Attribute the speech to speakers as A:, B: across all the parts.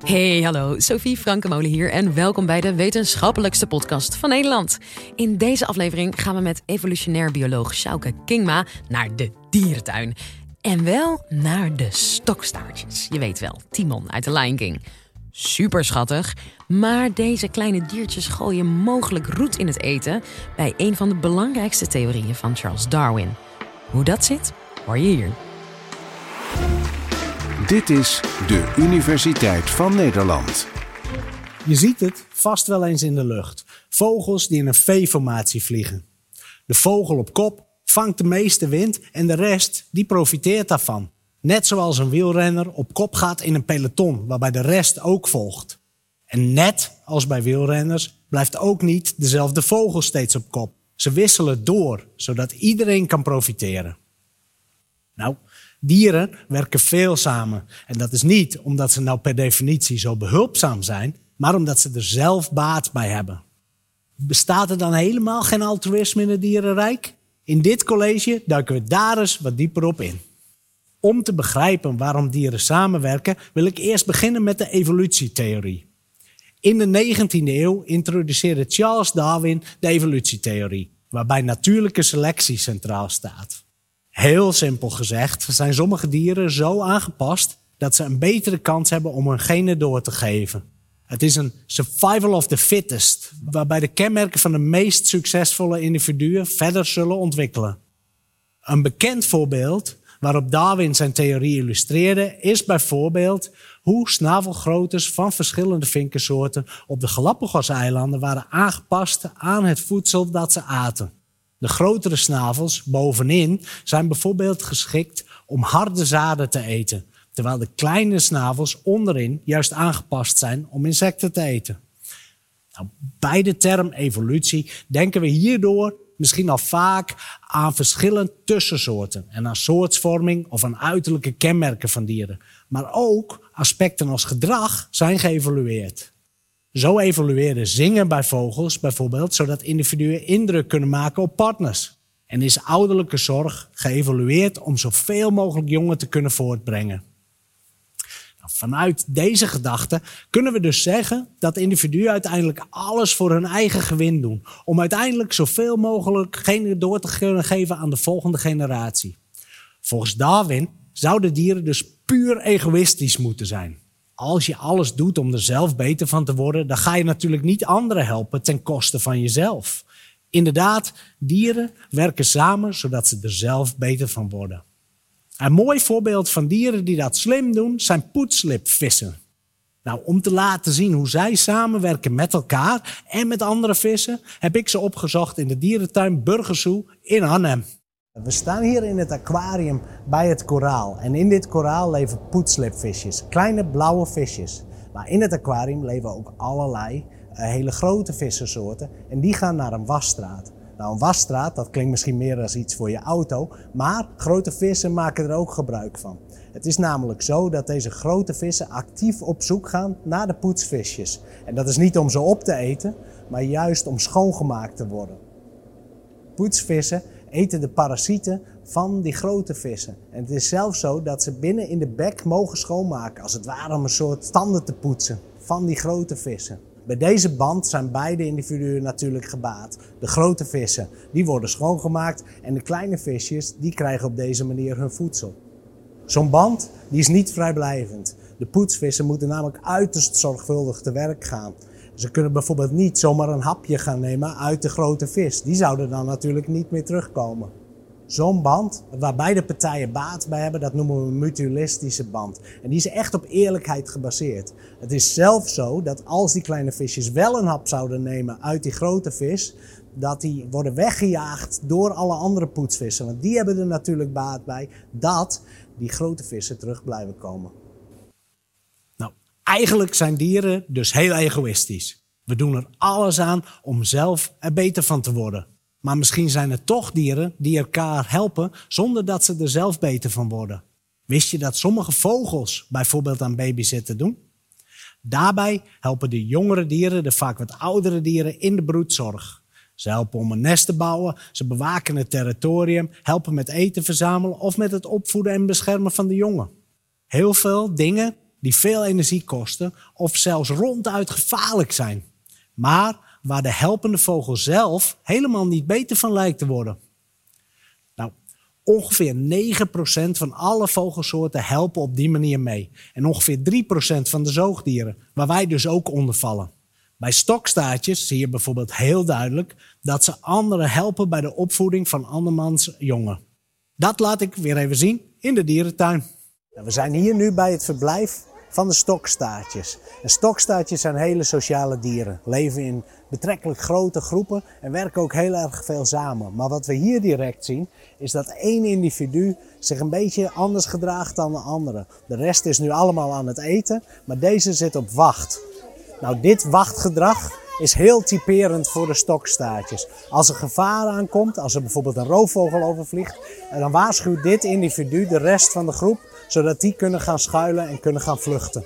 A: Hey, hallo, Sophie Frankemolen hier en welkom bij de wetenschappelijkste podcast van Nederland. In deze aflevering gaan we met evolutionair bioloog Sjouke Kingma naar de dierentuin. En wel naar de stokstaartjes. Je weet wel, Timon uit The Lion King. Super schattig, maar deze kleine diertjes gooien mogelijk roet in het eten bij een van de belangrijkste theorieën van Charles Darwin. Hoe dat zit, hoor je hier.
B: Dit is de Universiteit van Nederland.
C: Je ziet het vast wel eens in de lucht. Vogels die in een V-formatie vliegen. De vogel op kop vangt de meeste wind en de rest die profiteert daarvan. Net zoals een wielrenner op kop gaat in een peloton, waarbij de rest ook volgt. En net als bij wielrenners blijft ook niet dezelfde vogel steeds op kop. Ze wisselen door, zodat iedereen kan profiteren. Nou, dieren werken veel samen. En dat is niet omdat ze nou per definitie zo behulpzaam zijn, maar omdat ze er zelf baat bij hebben. Bestaat er dan helemaal geen altruïsme in het dierenrijk? In dit college duiken we daar eens wat dieper op in. Om te begrijpen waarom dieren samenwerken, wil ik eerst beginnen met de evolutietheorie. In de 19e eeuw introduceerde Charles Darwin de evolutietheorie, waarbij natuurlijke selectie centraal staat. Heel simpel gezegd zijn sommige dieren zo aangepast dat ze een betere kans hebben om hun genen door te geven. Het is een survival of the fittest, waarbij de kenmerken van de meest succesvolle individuen verder zullen ontwikkelen. Een bekend voorbeeld waarop Darwin zijn theorie illustreerde is bijvoorbeeld hoe snavelgroottes van verschillende vinkensoorten op de Galapagos-eilanden waren aangepast aan het voedsel dat ze aten. De grotere snavels bovenin zijn bijvoorbeeld geschikt om harde zaden te eten, terwijl de kleine snavels onderin juist aangepast zijn om insecten te eten. Nou, bij de term evolutie denken we hierdoor misschien al vaak aan verschillen tussen soorten en aan soortvorming of aan uiterlijke kenmerken van dieren. Maar ook aspecten als gedrag zijn geëvolueerd. Zo evolueren zingen bij vogels bijvoorbeeld zodat individuen indruk kunnen maken op partners. En is ouderlijke zorg geëvolueerd om zoveel mogelijk jongen te kunnen voortbrengen. Nou, vanuit deze gedachte kunnen we dus zeggen dat individuen uiteindelijk alles voor hun eigen gewin doen. Om uiteindelijk zoveel mogelijk genen door te kunnen geven aan de volgende generatie. Volgens Darwin zouden dieren dus puur egoïstisch moeten zijn. Als je alles doet om er zelf beter van te worden, dan ga je natuurlijk niet anderen helpen ten koste van jezelf. Inderdaad, dieren werken samen zodat ze er zelf beter van worden. Een mooi voorbeeld van dieren die dat slim doen zijn poetslipvissen. Nou, om te laten zien hoe zij samenwerken met elkaar en met andere vissen, heb ik ze opgezocht in de dierentuin Burgersoe in Arnhem. We staan hier in het aquarium bij het koraal. En in dit koraal leven poetslipvisjes, kleine blauwe visjes. Maar in het aquarium leven ook allerlei hele grote vissensoorten. En die gaan naar een wasstraat. Nou, een wasstraat, dat klinkt misschien meer als iets voor je auto. Maar grote vissen maken er ook gebruik van. Het is namelijk zo dat deze grote vissen actief op zoek gaan naar de poetsvisjes. En dat is niet om ze op te eten, maar juist om schoongemaakt te worden. Poetsvissen eten de parasieten van die grote vissen. En het is zelfs zo dat ze binnen in de bek mogen schoonmaken, als het ware om een soort tanden te poetsen van die grote vissen. Bij deze band zijn beide individuen natuurlijk gebaat. De grote vissen, die worden schoongemaakt en de kleine visjes, die krijgen op deze manier hun voedsel. Zo'n band, die is niet vrijblijvend. De poetsvissen moeten namelijk uiterst zorgvuldig te werk gaan. Ze kunnen bijvoorbeeld niet zomaar een hapje gaan nemen uit de grote vis. Die zouden dan natuurlijk niet meer terugkomen. Zo'n band, waar beide partijen baat bij hebben, dat noemen we een mutualistische band. En die is echt op eerlijkheid gebaseerd. Het is zelfs zo dat als die kleine visjes wel een hap zouden nemen uit die grote vis, dat die worden weggejaagd door alle andere poetsvissen. Want die hebben er natuurlijk baat bij dat die grote vissen terug blijven komen. Eigenlijk zijn dieren dus heel egoïstisch. We doen er alles aan om zelf er beter van te worden. Maar misschien zijn er toch dieren die elkaar helpen zonder dat ze er zelf beter van worden. Wist je dat sommige vogels bijvoorbeeld aan babysitten doen? Daarbij helpen de jongere dieren de vaak wat oudere dieren in de broedzorg. Ze helpen om een nest te bouwen, ze bewaken het territorium, helpen met eten verzamelen of met het opvoeden en beschermen van de jongen. Heel veel dingen die veel energie kosten of zelfs ronduit gevaarlijk zijn. Maar waar de helpende vogel zelf helemaal niet beter van lijkt te worden. Nou, ongeveer 9% van alle vogelsoorten helpen op die manier mee. En ongeveer 3% van de zoogdieren, waar wij dus ook onder vallen. Bij stokstaartjes zie je bijvoorbeeld heel duidelijk dat ze anderen helpen bij de opvoeding van andermans jongen. Dat laat ik weer even zien in de dierentuin. We zijn hier nu bij het verblijf van de stokstaartjes. En stokstaartjes zijn hele sociale dieren. Leven in betrekkelijk grote groepen en werken ook heel erg veel samen. Maar wat we hier direct zien is dat één individu zich een beetje anders gedraagt dan de andere. De rest is nu allemaal aan het eten, maar deze zit op wacht. Nou, dit wachtgedrag is heel typerend voor de stokstaartjes. Als er gevaar aankomt, als er bijvoorbeeld een roofvogel overvliegt, dan waarschuwt dit individu de rest van de groep, zodat die kunnen gaan schuilen en kunnen gaan vluchten.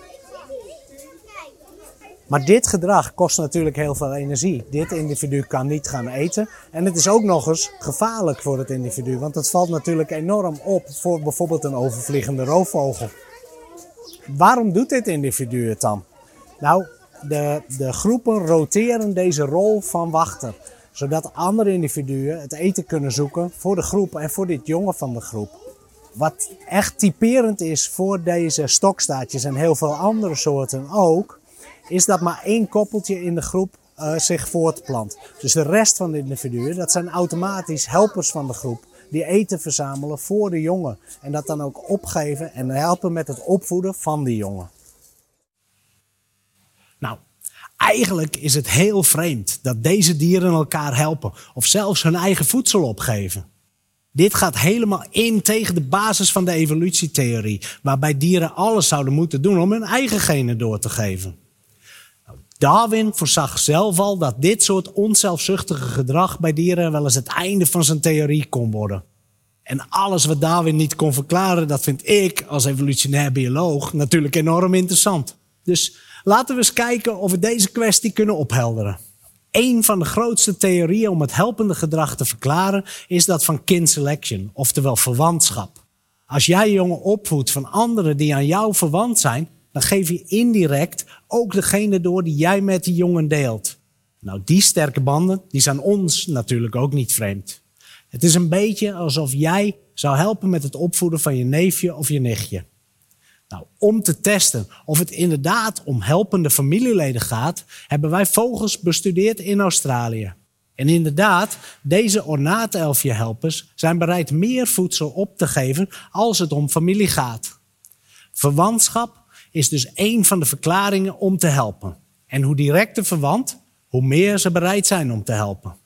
C: Maar dit gedrag kost natuurlijk heel veel energie. Dit individu kan niet gaan eten en het is ook nog eens gevaarlijk voor het individu, want het valt natuurlijk enorm op voor bijvoorbeeld een overvliegende roofvogel. Waarom doet dit individu het dan? Nou, de groepen roteren deze rol van wachter, zodat andere individuen het eten kunnen zoeken voor de groep en voor dit jongen van de groep. Wat echt typerend is voor deze stokstaartjes en heel veel andere soorten ook, is dat maar één koppeltje in de groep zich voortplant. Dus de rest van de individuen, dat zijn automatisch helpers van de groep die eten verzamelen voor de jongen. En dat dan ook opgeven en helpen met het opvoeden van die jongen. Nou, eigenlijk is het heel vreemd dat deze dieren elkaar helpen of zelfs hun eigen voedsel opgeven. Dit gaat helemaal in tegen de basis van de evolutietheorie, waarbij dieren alles zouden moeten doen om hun eigen genen door te geven. Darwin voorzag zelf al dat dit soort onzelfzuchtige gedrag bij dieren wel eens het einde van zijn theorie kon worden. En alles wat Darwin niet kon verklaren, dat vind ik als evolutionair bioloog natuurlijk enorm interessant. Dus laten we eens kijken of we deze kwestie kunnen ophelderen. Een van de grootste theorieën om het helpende gedrag te verklaren is dat van kin selection, oftewel verwantschap. Als jij jongen opvoedt van anderen die aan jou verwant zijn, dan geef je indirect ook degene door die jij met die jongen deelt. Nou, die sterke banden, die zijn ons natuurlijk ook niet vreemd. Het is een beetje alsof jij zou helpen met het opvoeden van je neefje of je nichtje. Nou, om te testen of het inderdaad om helpende familieleden gaat, hebben wij vogels bestudeerd in Australië. En inderdaad, deze ornaatelfjehelpers zijn bereid meer voedsel op te geven als het om familie gaat. Verwantschap is dus één van de verklaringen om te helpen. En hoe directer verwant, hoe meer ze bereid zijn om te helpen.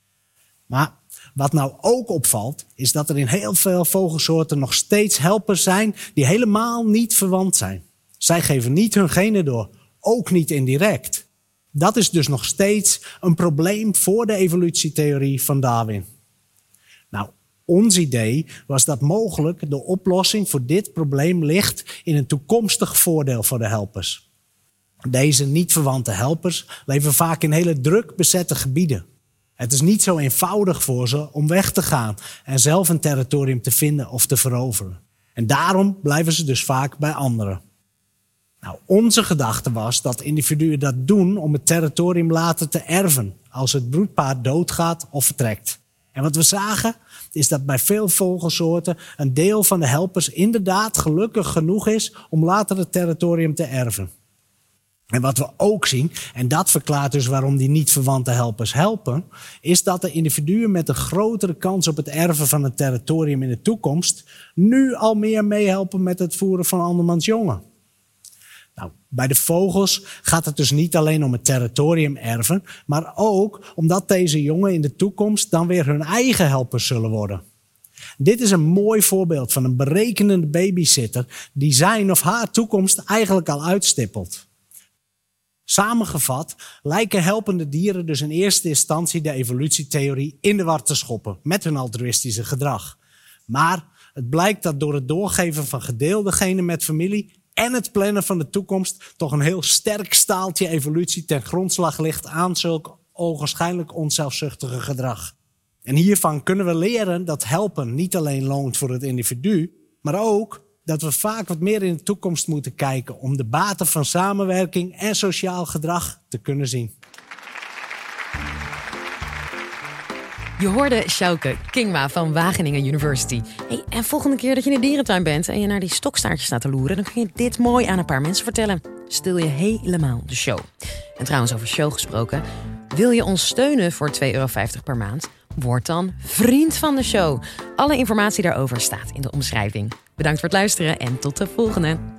C: Maar wat nou ook opvalt, is dat er in heel veel vogelsoorten nog steeds helpers zijn die helemaal niet verwant zijn. Zij geven niet hun genen door, ook niet indirect. Dat is dus nog steeds een probleem voor de evolutietheorie van Darwin. Nou, ons idee was dat mogelijk de oplossing voor dit probleem ligt in een toekomstig voordeel voor de helpers. Deze niet verwante helpers leven vaak in hele druk bezette gebieden. Het is niet zo eenvoudig voor ze om weg te gaan en zelf een territorium te vinden of te veroveren. En daarom blijven ze dus vaak bij anderen. Nou, onze gedachte was dat individuen dat doen om het territorium later te erven als het broedpaar doodgaat of vertrekt. En wat we zagen is dat bij veel vogelsoorten een deel van de helpers inderdaad gelukkig genoeg is om later het territorium te erven. En wat we ook zien, en dat verklaart dus waarom die niet verwante helpers helpen, is dat de individuen met een grotere kans op het erven van een territorium in de toekomst nu al meer meehelpen met het voeren van andermans jongen. Nou, bij de vogels gaat het dus niet alleen om het territorium erven, maar ook omdat deze jongen in de toekomst dan weer hun eigen helpers zullen worden. Dit is een mooi voorbeeld van een berekenende babysitter die zijn of haar toekomst eigenlijk al uitstippelt. Samengevat lijken helpende dieren dus in eerste instantie de evolutietheorie in de war te schoppen met hun altruïstische gedrag. Maar het blijkt dat door het doorgeven van gedeelde genen met familie en het plannen van de toekomst toch een heel sterk staaltje evolutie ten grondslag ligt aan zulk ogenschijnlijk onzelfzuchtige gedrag. En hiervan kunnen we leren dat helpen niet alleen loont voor het individu, maar ook dat we vaak wat meer in de toekomst moeten kijken om de baten van samenwerking en sociaal gedrag te kunnen zien.
A: Je hoorde Sjouke Kingma van Wageningen University. Hey, en volgende keer dat je in de dierentuin bent en je naar die stokstaartjes staat te loeren, dan kun je dit mooi aan een paar mensen vertellen. Stil je helemaal de show. En trouwens, over show gesproken, wil je ons steunen voor €2,50 per maand? Word dan vriend van de show. Alle informatie daarover staat in de omschrijving. Bedankt voor het luisteren en tot de volgende.